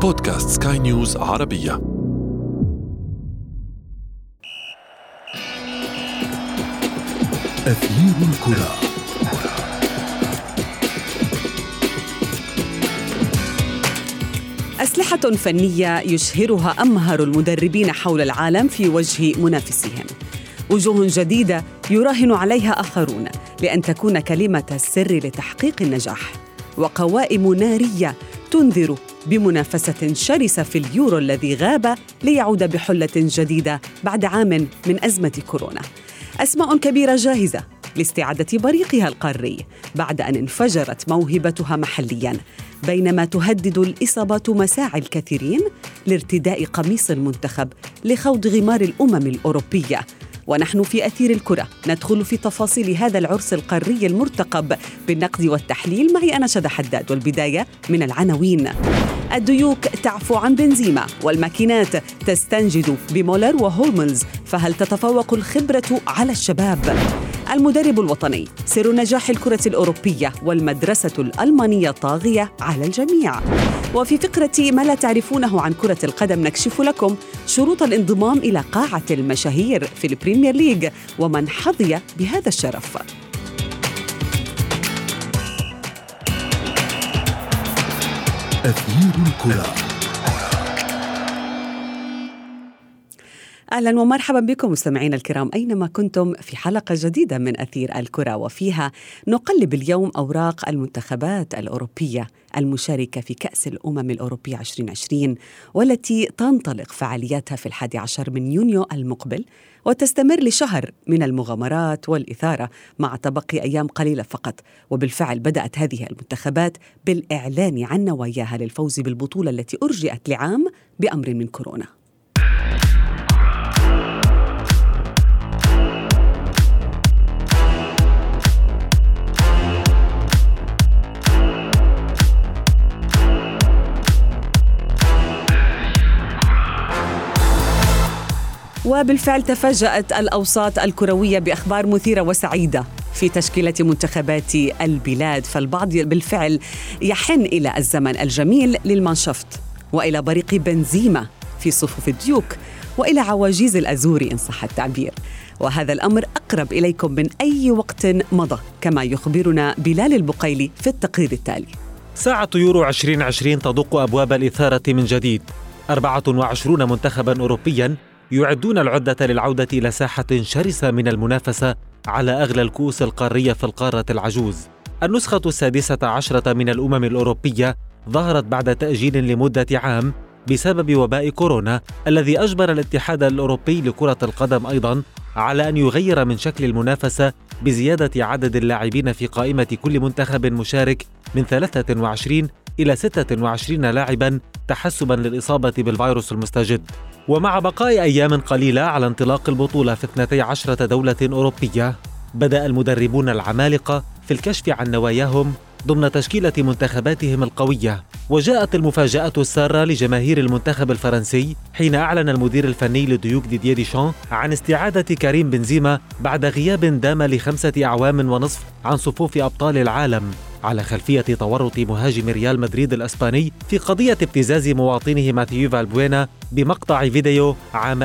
بودكاست سكاي نيوز عربية. أثير الكرة. أسلحة فنية يشهرها أمهر المدربين حول العالم في وجه منافسهم، وجوه جديدة يراهن عليها آخرون لأن تكون كلمة السر لتحقيق النجاح، وقوائم نارية تنذر بمنافسة شرسة في اليورو الذي غاب ليعود بحلة جديدة بعد عام من أزمة كورونا. أسماء كبيرة جاهزة لاستعادة بريقها القاري بعد أن انفجرت موهبتها محلياً، بينما تهدد الإصابات مساعي الكثيرين لارتداء قميص المنتخب لخوض غمار الأمم الأوروبية. ونحن في أثير الكرة ندخل في تفاصيل هذا العرس القاري المرتقب بالنقد والتحليل. معي أنا شذى حداد، والبداية من العناوين. الديوك تعفو عن بنزيما، والماكينات تستنجد بمولر وهولملز، فهل تتفوق الخبرة على الشباب؟ المدرب الوطني سر نجاح الكرة الأوروبية، والمدرسة الألمانية طاغية على الجميع. وفي فقرة ما لا تعرفونه عن كرة القدم نكشف لكم شروط الانضمام إلى قاعة المشاهير في البريمير ليج ومن حظي بهذا الشرف. أثير الكرة. أهلاً ومرحباً بكم مستمعينا الكرام أينما كنتم في حلقة جديدة من أثير الكرة، وفيها نقلب اليوم أوراق المنتخبات الأوروبية المشاركة في كأس الأمم الأوروبية 2020، والتي تنطلق فعالياتها في 11 من يونيو المقبل وتستمر لشهر من المغامرات والإثارة مع تبقي أيام قليلة فقط. وبالفعل بدأت هذه المنتخبات بالإعلان عن نواياها للفوز بالبطولة التي أرجئت لعام بأمر من كورونا. وبالفعل تفاجأت الأوساط الكروية بأخبار مثيرة وسعيدة في تشكيلة منتخبات البلاد، فالبعض بالفعل يحن إلى الزمن الجميل للمانشافت، وإلى بريق بنزيما في صفوف الديوك، وإلى عواجيز الأزوري إن صح التعبير. وهذا الأمر أقرب إليكم من أي وقت مضى، كما يخبرنا بلال البقيلي في التقرير التالي. ساعة يورو 2020 تدق أبواب الإثارة من جديد. 24 منتخباً أوروبياً يعدون العدة للعودة إلى ساحة شرسة من المنافسة على أغلى الكؤوس القارية في القارة العجوز. النسخة 16 من الأمم الأوروبية ظهرت بعد تأجيل لمدة عام بسبب وباء كورونا، الذي أجبر الاتحاد الأوروبي لكرة القدم أيضاً على أن يغير من شكل المنافسة بزيادة عدد اللاعبين في قائمة كل منتخب مشارك من 23 إلى 26 لاعباً تحسباً للإصابة بالفيروس المستجد. ومع بقاء أيام قليلة على انطلاق البطولة في 12 دولة أوروبية، بدأ المدربون العمالقة في الكشف عن نواياهم ضمن تشكيلة منتخباتهم القوية. وجاءت المفاجأة السارة لجماهير المنتخب الفرنسي حين أعلن المدير الفني لديوك ديدييه ديشان عن استعادة كريم بنزيما بعد غياب دام ل5 أعوام ونصف عن صفوف أبطال العالم، على خلفية تورط مهاجم ريال مدريد الأسباني في قضية ابتزاز مواطنه ماثيو فالبوينا بمقطع فيديو عام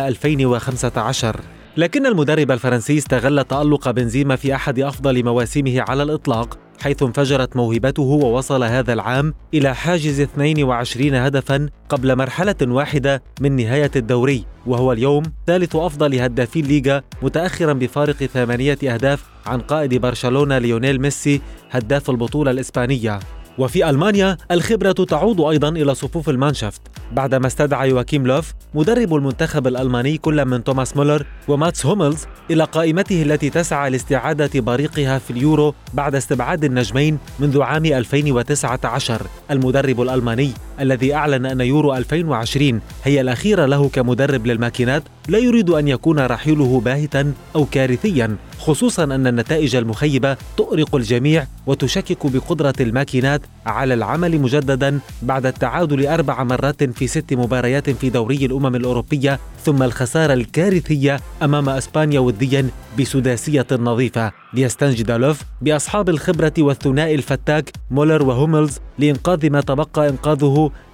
2015. لكن المدرب الفرنسي استغل تألق بنزيما في أحد أفضل مواسمه على الإطلاق، حيث انفجرت موهبته ووصل هذا العام إلى حاجز 22 هدفاً قبل مرحلة واحدة من نهاية الدوري، وهو اليوم ثالث أفضل هدافي الليغا متأخراً بفارق 8 أهداف عن قائد برشلونة ليونيل ميسي هداف البطولة الإسبانية. وفي ألمانيا الخبرة تعود أيضاً إلى صفوف المانشافت بعدما استدعى يواكيم لوف مدرب المنتخب الألماني كل من توماس مولر وماتس هوملز إلى قائمته التي تسعى لاستعادة بريقها في اليورو بعد استبعاد النجمين منذ عام 2019. المدرب الألماني الذي أعلن أن يورو 2020 هي الأخيرة له كمدرب للماكينات لا يريد أن يكون رحيله باهتاً أو كارثياً، خصوصاً أن النتائج المخيبة تؤرق الجميع وتشكك بقدرة الماكينات على العمل مجدداً بعد التعادل 4 مرات في 6 مباريات في دوري الأمم الأوروبية، ثم الخسارة الكارثية أمام أسبانيا ودياً بسداسية نظيفة. ليستنجد لوف بأصحاب الخبرة والثنائي الفتاك مولر وهوملز لإنقاذ ما تبقى إنقاذه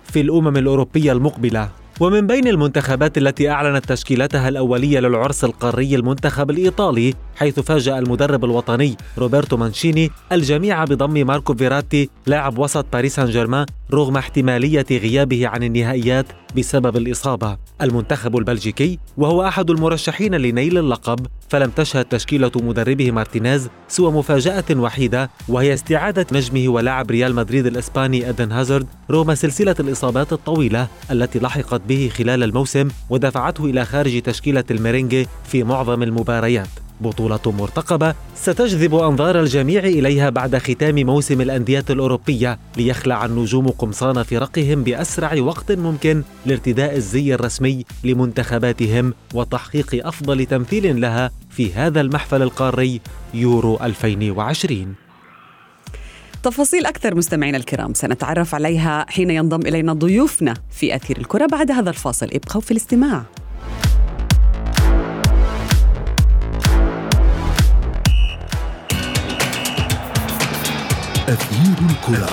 في الأمم الأوروبية المقبلة. ومن بين المنتخبات التي أعلنت تشكيلتها الأولية للعرس القاري المنتخب الإيطالي، حيث فاجأ المدرب الوطني روبرتو مانشيني الجميع بضم ماركو فيراتي لاعب وسط باريس سان جيرمان رغم احتمالية غيابه عن النهائيات بسبب الإصابة. المنتخب البلجيكي وهو أحد المرشحين لنيل اللقب، فلم تشهد تشكيلة مدربه مارتينيز سوى مفاجأة وحيدة، وهي استعادة نجمه ولاعب ريال مدريد الإسباني إيدن هازارد رغم سلسلة الإصابات الطويلة التي لحقت به خلال الموسم ودفعته إلى خارج تشكيلة الميرينجي في معظم المباريات. بطولة مرتقبة ستجذب أنظار الجميع إليها بعد ختام موسم الأندية الأوروبية، ليخلع النجوم قمصان فرقهم بأسرع وقت ممكن لارتداء الزي الرسمي لمنتخباتهم وتحقيق أفضل تمثيل لها في هذا المحفل القاري يورو 2020. تفاصيل أكثر مستمعينا الكرام سنتعرف عليها حين ينضم إلينا ضيوفنا في أثير الكرة بعد هذا الفاصل. ابقوا في الاستماع. أثير الكرة.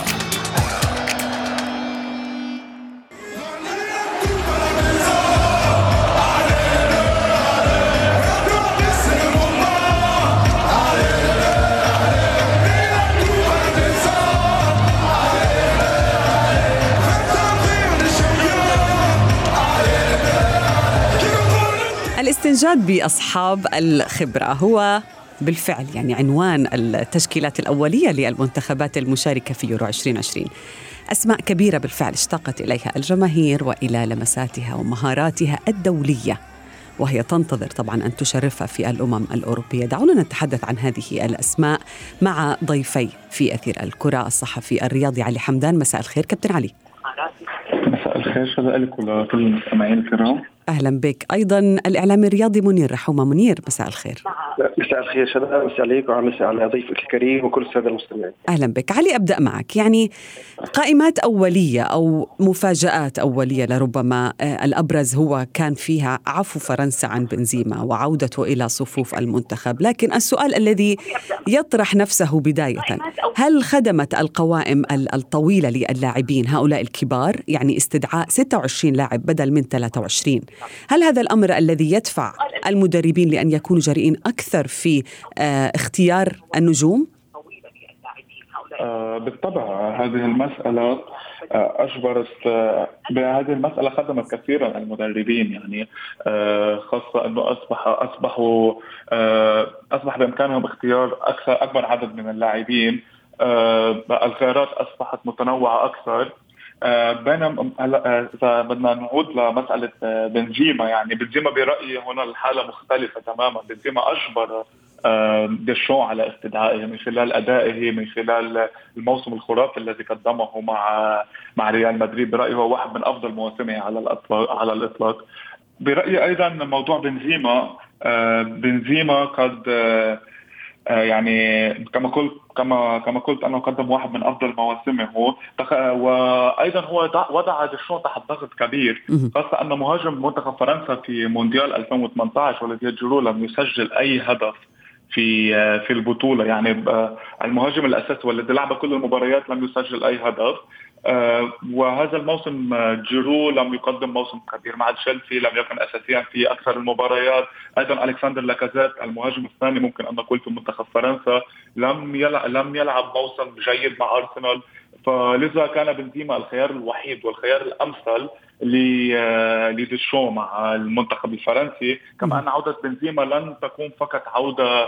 الاستنجاد بأصحاب الخبرة هو بالفعل يعني عنوان التشكيلات الأولية للمنتخبات المشاركة في يورو 2020. أسماء كبيرة بالفعل اشتاقت إليها الجماهير وإلى لمساتها ومهاراتها الدولية، وهي تنتظر طبعا أن تشرفها في الأمم الأوروبية. دعونا نتحدث عن هذه الأسماء مع ضيفي في أثير الكرة، الصحفي الرياضي علي حمدان. مساء الخير كابتن علي. مساء الخير، شكرا لك ولكل المستمعين الكرام. أهلا بك. أيضا الإعلامي الرياضي منير رحومة. منير مساء الخير. مساء الخير شباب، مساء عليك ومساء على ضيفك الكريم وكل السادة المستمعين. أهلا بك. علي أبدأ معك، يعني قائمات أولية أو مفاجآت أولية لربما الأبرز هو كان فيها عفو فرنسا عن بنزيما وعودته إلى صفوف المنتخب، لكن السؤال الذي يطرح نفسه بداية، هل خدمت القوائم الطويلة للاعبين هؤلاء الكبار، يعني استدعاء 26 لاعب بدل من 23، هل هذا الأمر الذي يدفع المدربين لأن يكونوا جريئين أكثر في اختيار النجوم؟ بالطبع هذه المسألة أجبرت، بهذه المسألة خدمت كثيرا المدربين، يعني خاصة أنه أصبح بإمكانهم اختيار أكبر عدد من اللاعبين. الخيارات أصبحت متنوعة أكثر. بينما إذا بدنا نعود لمسألة بنزيما، يعني بنزيما برأيي هنا الحالة مختلفة تماما. بنزيما أجبر ديشو على استدعائه من خلال أدائه، من خلال الموسم الخرافي الذي قدمه مع ريال مدريد. برأيي هو واحد من أفضل مواسمه على الإطلاق. برأيي أيضا موضوع بنزيما قد يعني كما قلت أنه قدم واحد من أفضل مواسمه، وأيضا هو وضع ديشو تحت ضغط كبير، خاصة أن مهاجم منتخب فرنسا في مونديال 2018 والذي جيرو لم يسجل أي هدف في البطولة. يعني المهاجم الأساسي والذي لعب كل المباريات لم يسجل أي هدف. وهذا الموسم جيرو لم يقدم موسم كبير مع تشيلسي، لم يكن أساسيا في أكثر المباريات. أيضا ألكسندر لاكازيت المهاجم الثاني ممكن أن نقول في منتخب فرنسا لم يلعب موسم جيد مع أرسنال. فلذا كان بنزيما الخيار الوحيد والخيار الأمثل لديشو مع المنتخب الفرنسي. كما أن عودة بنزيما لن تكون فقط عودة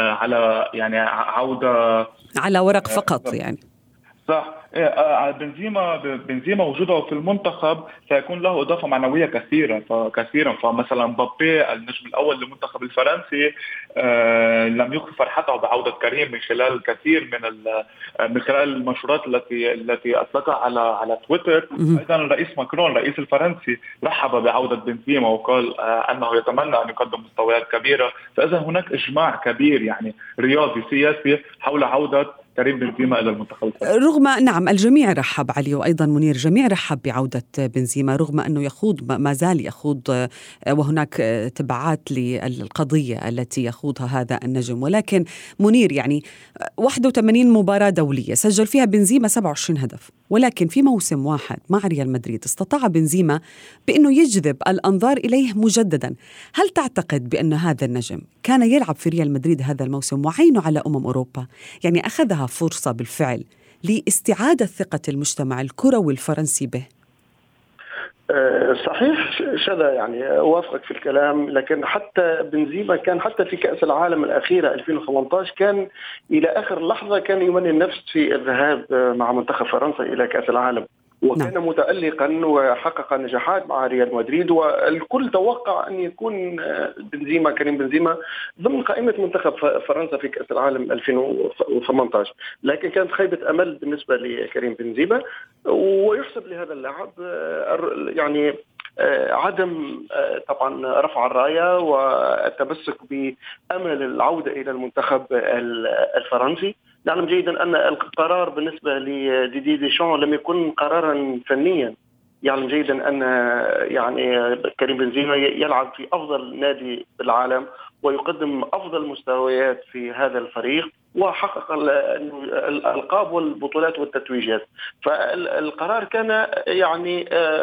عودة على ورق فقط، يعني صح. بنزيما وجوده في المنتخب سيكون له إضافة معنوية كثيرا. فمثلا مبابي النجم الأول للمنتخب الفرنسي لم يخفي فرحته بعودة كريم من خلال الكثير من خلال المنشورات التي أطلقها على تويتر. أيضا الرئيس ماكرون الرئيس الفرنسي رحب بعودة بنزيما وقال أنه يتمنى أن يقدم مستويات كبيرة. فإذا هناك إجماع كبير يعني رياضي سياسي حول عودة كريم بنزيما إلى المنتخب الفرنسي. رغم نعم الجميع رحب عليه، وأيضا منير جميع رحب بعودة بنزيما رغم أنه ما زال يخوض وهناك تبعات للقضية التي يخوضها هذا النجم. ولكن منير يعني 81 مباراة دولية سجل فيها بنزيما 27 هدف، ولكن في موسم واحد مع ريال مدريد استطاع بنزيما بأنه يجذب الأنظار إليه مجددا. هل تعتقد بأن هذا النجم كان يلعب في ريال مدريد هذا الموسم وعينه على أوروبا، يعني أخذها فرصة بالفعل لاستعادة ثقة المجتمع الكروي الفرنسي به؟ صحيح شذا، يعني أوافقك في الكلام، لكن حتى بنزيما كان حتى في كأس العالم الأخيرة 2018 كان إلى آخر لحظة كان يمني النفس في الذهاب مع منتخب فرنسا إلى كأس العالم، وكان متألقا وحقق نجاحات مع ريال مدريد، والكل توقع أن يكون بنزيما كريم بنزيما ضمن قائمة منتخب فرنسا في كأس العالم 2018، لكن كانت خيبة أمل بالنسبة لكريم بنزيما. ويحسب لهذا اللاعب يعني عدم طبعا رفع الراية والتمسك بأمل العودة إلى المنتخب الفرنسي. نعلم جيدا أن القرار بالنسبة لديدي ديشان لم يكن قرارا فنيا. يعلم جيدا أن يعني كريم بنزيما يلعب في أفضل نادي بالعالم ويقدم أفضل مستويات في هذا الفريق، وحقق الألقاب والبطولات والتتويجات. فالقرار كان يعني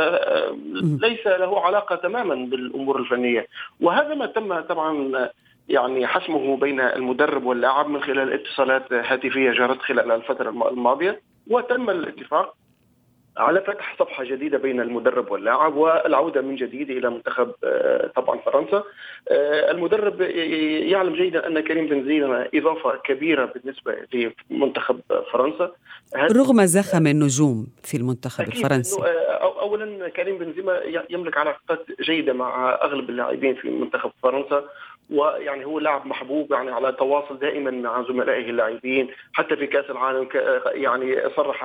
ليس له علاقة تماما بالأمور الفنية، وهذا ما تم طبعا يعني حسمه بين المدرب واللاعب من خلال اتصالات هاتفية جرت خلال الفترة الماضية، وتم الاتفاق على فتح صفحة جديدة بين المدرب واللاعب والعودة من جديد إلى منتخب طبعا فرنسا. المدرب يعلم جيدا أن كريم بنزيما إضافة كبيرة بالنسبة لمنتخب فرنسا رغم زخم النجوم في المنتخب الفرنسي. أولا كريم بنزيما يملك علاقات جيدة مع أغلب اللاعبين في منتخب فرنسا، ويعني هو لاعب محبوب، يعني على تواصل دائما مع زملائه اللاعبين. حتى في كأس العالم يعني صرح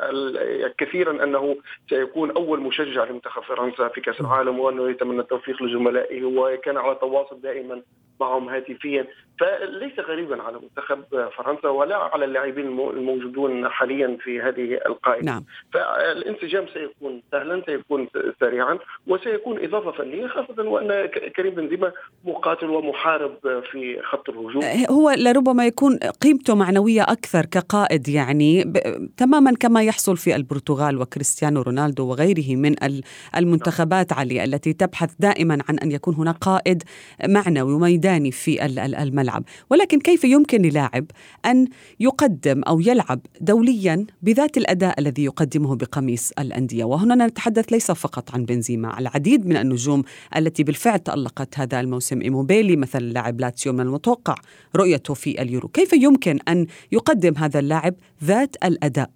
كثيرا أنه سيكون أول مشجع لمنتخب فرنسا في كأس العالم، وأنه يتمنى التوفيق لزملائه، وكان على تواصل دائما معهم هاتفيا. فليس غريبا على منتخب فرنسا ولا على اللاعبين الموجودون حاليا في هذه القائمة. نعم. فالانسجام سيكون سهلا، سيكون سريعا، وسيكون إضافة فنية، خاصة وأن كريم بنزيما مقاتل ومحارب في خط الهجوم. هو لربما يكون قيمته معنوية أكثر كقائد، يعني تماما كما يحصل في البرتغال وكريستيانو رونالدو وغيره من المنتخبات علي التي تبحث دائما عن أن يكون هناك قائد معنوي وميداني في الملعب. ولكن كيف يمكن للاعب أن يقدم أو يلعب دوليا بذات الأداء الذي يقدمه بقميص الأندية؟ وهنا نتحدث ليس فقط عن بنزيما، العديد من النجوم التي بالفعل تألقت هذا الموسم. إيموبيلي مثلا لاعب لاتسيو من المتوقع رؤيته في اليورو. كيف يمكن أن يقدم هذا اللاعب ذات الأداء؟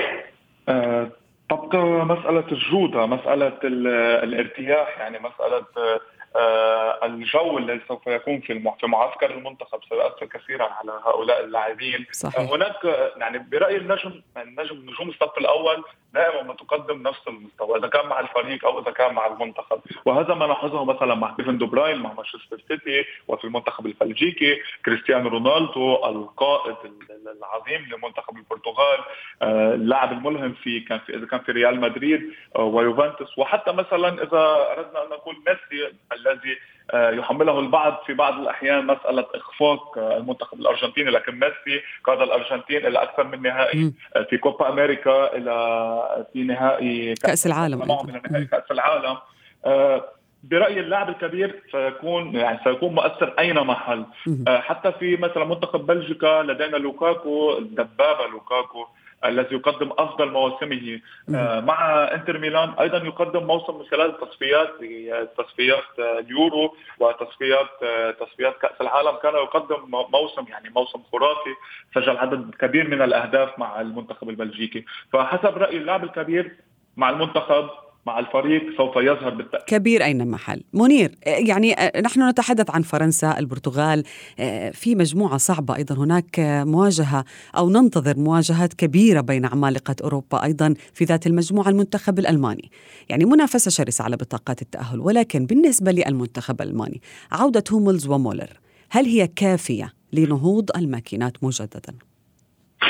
تبقى مسألة الجودة، مسألة الارتياح، يعني مسألة الجو الذي سوف يكون في معسكر المنتخب سيؤثر كثيرا على هؤلاء اللاعبين. هناك يعني برأي النجم نجوم الصف الأول دائما ما تقدم نفس المستوى، إذا كان مع الفريق أو إذا كان مع المنتخب، وهذا ما لاحظه مثلا مع كيفن دي بروين مع مانشستر سيتي، وفي المنتخب البلجيكي كريستيانو رونالدو القائد العظيم لمنتخب البرتغال، اللاعب الملهم إذا كان في ريال مدريد ويوفنتوس، وحتى مثلا إذا أردنا أن نقول ميسي الذي يحمله البعض في بعض الأحيان مسألة إخفاق المنتخب الأرجنتيني، لكن ميسي قاد الأرجنتين إلى أكثر من نهائي في كوبا أمريكا، إلى في نهائي كأس العالم، نهائي كأس العالم. برأي اللاعب الكبير سيكون مؤثر أينما حل. حتى في مثلا منتخب بلجيكا لدينا لوكاكو، الدبابة لوكاكو الذي يقدم أفضل مواسمه مع إنتر ميلان، أيضا يقدم موسم من خلال تصفيات اليورو وتصفيات كأس العالم، كان يقدم موسم خرافي، سجل عدد كبير من الأهداف مع المنتخب البلجيكي. فحسب رأي اللاعب الكبير مع المنتخب مع الفريق سوف يظهر بالتأكيد كبير أينما حل. منير، يعني نحن نتحدث عن فرنسا، البرتغال، في مجموعة صعبة أيضا، هناك مواجهة أو ننتظر مواجهات كبيرة بين عمالقة أوروبا أيضا في ذات المجموعة، المنتخب الألماني، يعني منافسة شرسة على بطاقات التأهل. ولكن بالنسبة للمنتخب الألماني عودة هوملز ومولر، هل هي كافية لنهوض الماكينات مجددا؟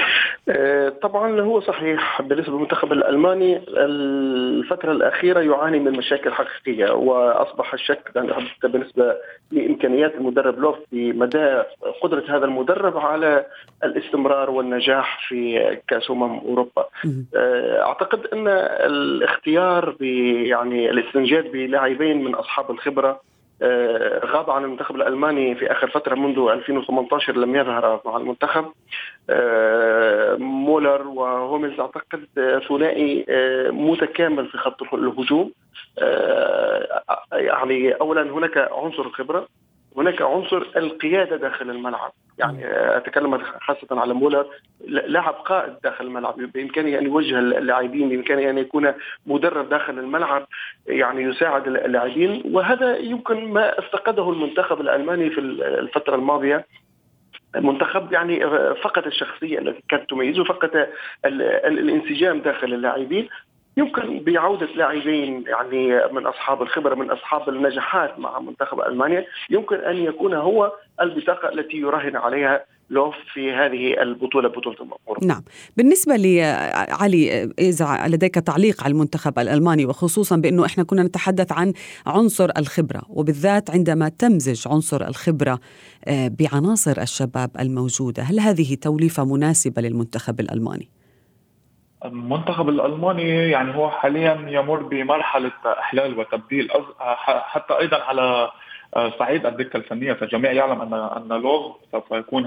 طبعا هو صحيح بالنسبة للمنتخب الألماني الفترة الأخيرة يعاني من مشاكل حقيقية، وأصبح الشك بالنسبة لإمكانيات المدرب لوف في مدى قدرة هذا المدرب على الاستمرار والنجاح في كأس أوروبا. أعتقد أن الاختيار يعني الاستنجاد بلاعبين من أصحاب الخبرة غاب عن المنتخب الألماني في آخر فترة منذ 2018 لم يظهر مع المنتخب. مولر وهوملز أعتقد ثنائي متكامل في خط الهجوم. يعني أولا هناك عنصر الخبرة، هناك عنصر القيادة داخل الملعب. يعني أتكلم خاصة على مولر، لاعب قائد داخل الملعب، بإمكانه أن يوجه اللاعبين، بإمكانه أن يكون مدرب داخل الملعب يعني يساعد اللاعبين، وهذا يمكن ما افتقده المنتخب الألماني في الفترة الماضية. المنتخب يعني فقد الشخصية التي كانت تميزه، فقد الانسجام داخل اللاعبين. يمكن بعودة لاعبين يعني من أصحاب الخبرة، من أصحاب النجاحات مع منتخب ألمانيا، يمكن أن يكون هو البطاقة التي يراهن عليها لوف في هذه البطولة، بطولة أوروبا. نعم. بالنسبة لعلي، إذا لديك تعليق على المنتخب الألماني، وخصوصا بأنه إحنا كنا نتحدث عن عنصر الخبرة، وبالذات عندما تمزج عنصر الخبرة بعناصر الشباب الموجودة، هل هذه توليفة مناسبة للمنتخب الألماني؟ المنتخب الألماني يعني هو حاليا يمر بمرحلة إحلال وتبديل، حتى أيضا على صعيد الدكة الفنية. فالجميع يعلم أن لوف سوف يكون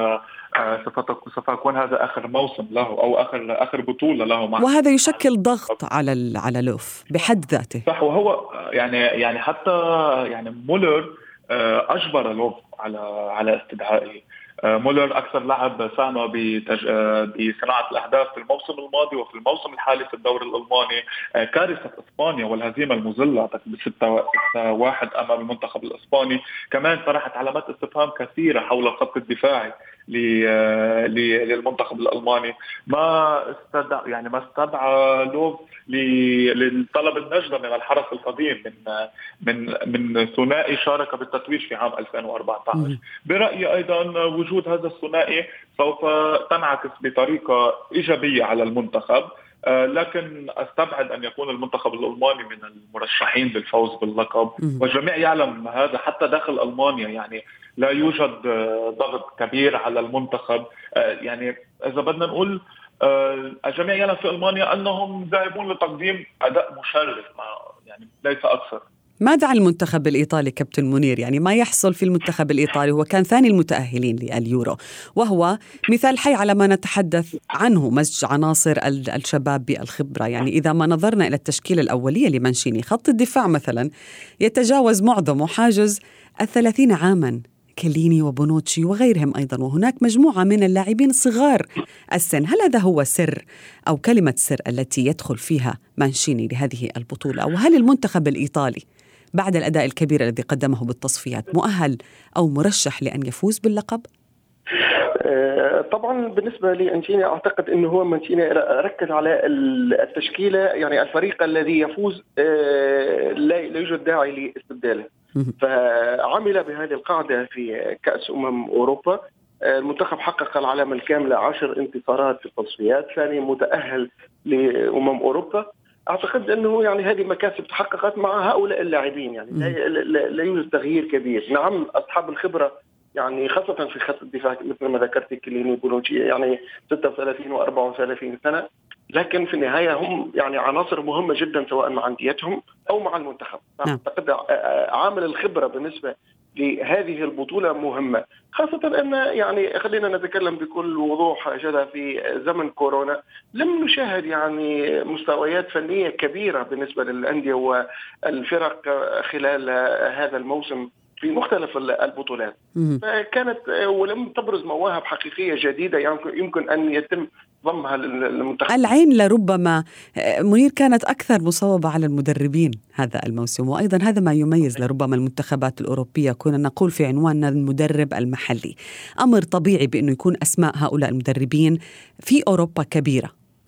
هذا آخر موسم له، أو آخر بطولة له معه، وهذا يشكل ضغط على لوف بحد ذاته. صح. وهو يعني حتى يعني مولر أجبر لوف على استدعائه. مولر أكثر لاعب ساهم بصناعة الأهداف في الموسم الماضي وفي الموسم الحالي في الدوري الألماني. كارثة إسبانيا والهزيمة المذلة ب6-1 أمام المنتخب الإسباني كمان طرحت علامات استفهام كثيرة حول الخط الدفاعي للمنتخب الألماني. ما استدعى لوف لطلب النجدة من الحرس القديم من ثنائي شارك بالتتويج في عام 2014. برأيي أيضا وجود هذا الثنائي سوف تنعكس بطريقة إيجابية على المنتخب، لكن أستبعد أن يكون المنتخب الألماني من المرشحين للفوز باللقب، والجميع يعلم هذا حتى داخل ألمانيا. يعني لا يوجد ضغط كبير على المنتخب. يعني إذا بدنا نقول الجميع يعلم في ألمانيا أنهم ذاهبون لتقديم أداء مشرف، يعني ليس أكثر. ماذا عن المنتخب الإيطالي كابتن منير؟ يعني ما يحصل في المنتخب الإيطالي، هو كان ثاني المتأهلين لليورو، وهو مثال حي على ما نتحدث عنه، مزج عناصر الشباب بالخبرة. يعني إذا ما نظرنا إلى التشكيلة الأولية لمانشيني، خط الدفاع مثلا يتجاوز معظمه حاجز 30 عاما، كليني وبونوتشي وغيرهم أيضا، وهناك مجموعة من اللاعبين صغار السن. هل هذا هو سر أو كلمة سر التي يدخل فيها مانشيني لهذه البطولة؟ أو هل المنتخب الإيطالي بعد الأداء الكبير الذي قدمه بالتصفيات مؤهل أو مرشح لأن يفوز باللقب؟ طبعا بالنسبة لمانشيني أعتقد أنه هو مانشيني ركز على التشكيلة، يعني الفريق الذي يفوز لا يوجد داعي لاستبداله، فعمل بهذه القاعدة في كأس أوروبا. المنتخب حقق العلامة الكاملة 10 انتصارات في التصفيات، ثاني متأهل أوروبا. أعتقد أنه يعني هذه مكاسب تحققت مع هؤلاء اللاعبين، يعني لا يوجد تغيير كبير. نعم أصحاب الخبرة يعني خاصة في خط الدفاع مثل ما ذكرت كليني بونوتشي يعني 36 و34 سنة، لكن في النهاية هم يعني عناصر مهمة جدا سواء مع أنديتهم أو مع المنتخب. أعتقد عامل الخبرة بالنسبة لهذه البطولة مهمة، خاصة أن يعني خلينا نتكلم بكل وضوح جدا في زمن كورونا لم نشاهد يعني مستويات فنية كبيرة بالنسبة للأندية والفرق خلال هذا الموسم في مختلف البطولات، فكانت ولم تبرز مواهب حقيقية جديدة يمكن أن يتم ضمها للمنتخب. العين لربما منير كانت أكثر مصوبة على المدربين هذا الموسم، وأيضا هذا ما يميز لربما المنتخبات الأوروبية. كنا نقول في عنواننا المدرب المحلي، أمر طبيعي بأنه يكون أسماء هؤلاء المدربين في أوروبا كبيرة،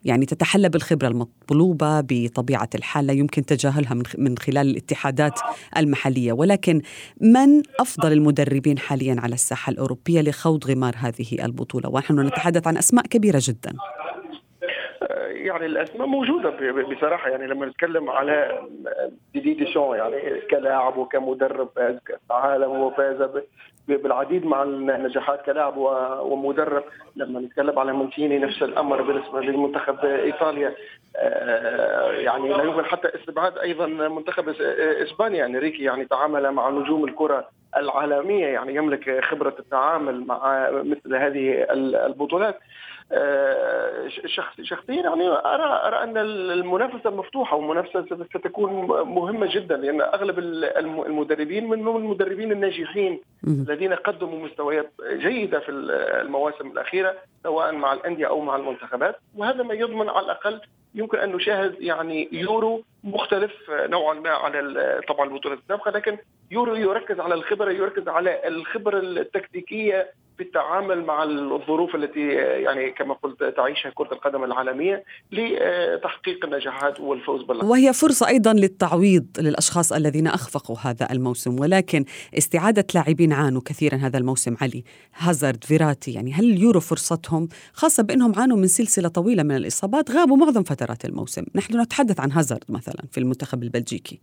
يعني تتحلى بالخبرة المطلوبة بطبيعة الحال، لا يمكن تجاهلها من خلال الاتحادات المحلية. ولكن من أفضل المدربين حاليا على الساحة الأوروبية لخوض غمار هذه البطولة؟ ونحن نتحدث عن أسماء كبيرة جدا. يعني الأسماء موجودة بصراحة. يعني لما نتكلم على ديشان يعني كلاعب وكمدرب فاز كأس العالم وفاز بالعديد مع النجاحات كلاعب ومدرب. لما نتكلم على مانشيني نفس الأمر بالنسبة للمنتخب إيطاليا. يعني لا يمكن حتى استبعاد أيضا منتخب إسبانيا. انريكي يعني تعامل مع نجوم الكرة العالمية، يعني يملك خبرة التعامل مع مثل هذه البطولات. شخصيا يعني أرى أن المنافسة مفتوحة، والمنافسة ستكون مهمة جدا، لأن أغلب المدربين منهم المدربين الناجحين الذين قدموا مستويات جيدة في المواسم الأخيرة سواء مع الأندية أو مع المنتخبات. وهذا ما يضمن على الأقل يمكن أن نشاهد يعني يورو مختلف نوعا ما على طبعا البطولات السابقة، لكن يورو يركز على الخبرة، يركز على الخبرة التكتيكية في التعامل مع الظروف التي يعني كما قلت تعيشها كرة القدم العالمية لتحقيق النجاحات والفوز باللقب. وهي فرصة أيضا للتعويض للأشخاص الذين أخفقوا هذا الموسم، ولكن استعادة لاعبين عانوا كثيرا هذا الموسم، علي هازارد فيراتي، يعني هل اليورو فرصتهم، خاصة بأنهم عانوا من سلسلة طويلة من الإصابات، غابوا معظم فترات الموسم؟ نحن نتحدث عن هازارد مثلا في المنتخب البلجيكي.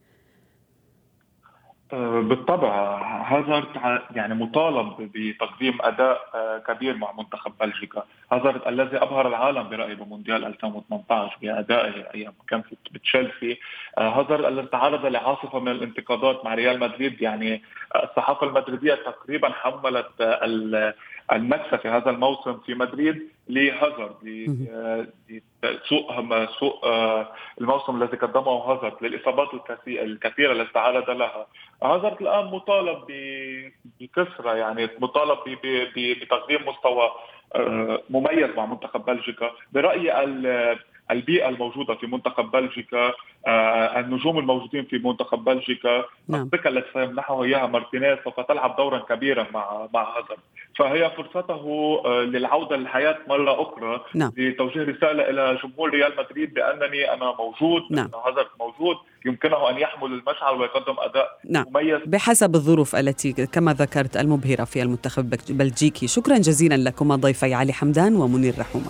بالطبع هازارد يعني مطالب بتقديم أداء كبير مع منتخب بلجيكا. هازارد الذي أبهر العالم برأيي بمونديال 2018 بأدائه أيام كان في تشيلسي. هازارد الذي تعرض لعاصفة من الانتقادات مع ريال مدريد، يعني الصحافة المدريدية تقريبا حملت المكسب في هذا الموسم في مدريد لهازارد سوء الموسم الذي قدمه هازارد للإصابات الكثيرة التي تعرض لها. هازارد الآن مطالب بكسرة، يعني مطالب بتقديم مستوى مميز مع منتخب بلجيكا. برأيي البيئة الموجودة في منتخب بلجيكا، النجوم الموجودين في منتخب بلجيكا، الثقة التي سيمنحه إياها مارتينيز سوف تلعب دورا كبيرا مع هازارد. فهي فرصته للعودة للحياة مرة أخرى، لتوجيه رسالة إلى جمهور ريال مدريد بأنني أنا موجود، أن هازارد موجود، يمكنه أن يحمل المشعل ويقدم أداء مميز بحسب الظروف التي كما ذكرت المبهرة في المنتخب البلجيكي. شكرا جزيلا لكم ضيفي علي حمدان ومنير رحومة.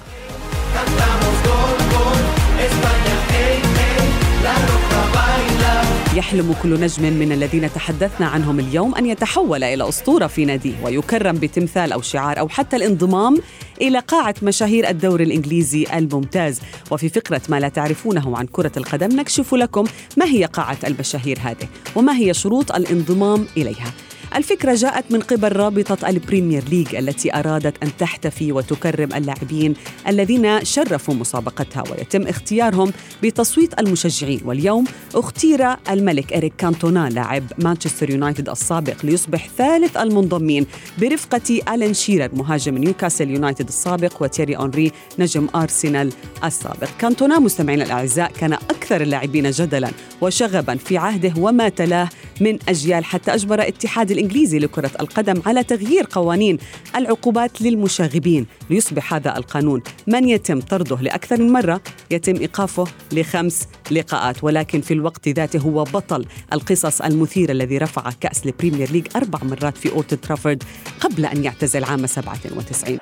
يحلم كل نجم من الذين تحدثنا عنهم اليوم أن يتحول إلى أسطورة في ناديه ويكرم بتمثال أو شعار أو حتى الانضمام إلى قاعة مشاهير الدوري الإنجليزي الممتاز. وفي فقرة ما لا تعرفونه عن كرة القدم نكشف لكم ما هي قاعة المشاهير هذه وما هي شروط الانضمام إليها. الفكرة جاءت من قبل رابطة البريمير ليج التي أرادت أن تحتفي وتكرم اللاعبين الذين شرفوا مسابقتها ويتم اختيارهم بتصويت المشجعين. واليوم اختير الملك إريك كانتونا لاعب مانشستر يونايتد السابق ليصبح ثالث المنضمين برفقة ألان شيرر مهاجم نيوكاسل يونايتد السابق وتيري أونري نجم أرسنال السابق. كانتونا مستمعينا الأعزاء كان أكثر اللاعبين جدلا وشغبا في عهده وما تلاه من أجيال، حتى أجبر اتحاد الإنجليزي لكرة القدم على تغيير قوانين العقوبات للمشاغبين ليصبح هذا القانون من يتم طرده لأكثر من مرة يتم إيقافه ل5 لقاءات. ولكن في الوقت ذاته هو بطل القصص المثيرة الذي رفع كأس البريمير ليج 4 مرات في أولد ترافورد قبل أن يعتزل عام 97.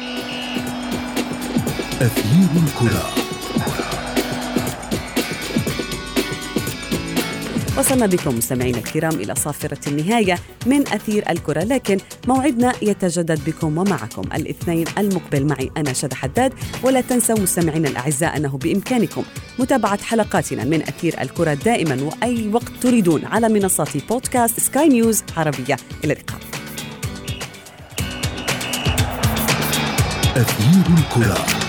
أثير الكرة. وصلنا بكم مستمعينا الكرام إلى صافرة النهاية من أثير الكرة، لكن موعدنا يتجدد بكم ومعكم الاثنين المقبل. معي أنا شذى حداد. ولا تنسوا مستمعينا الأعزاء أنه بإمكانكم متابعة حلقاتنا من أثير الكرة دائما وأي وقت تريدون على منصات بودكاست سكاي نيوز عربية. إلى اللقاء. أثير الكرة.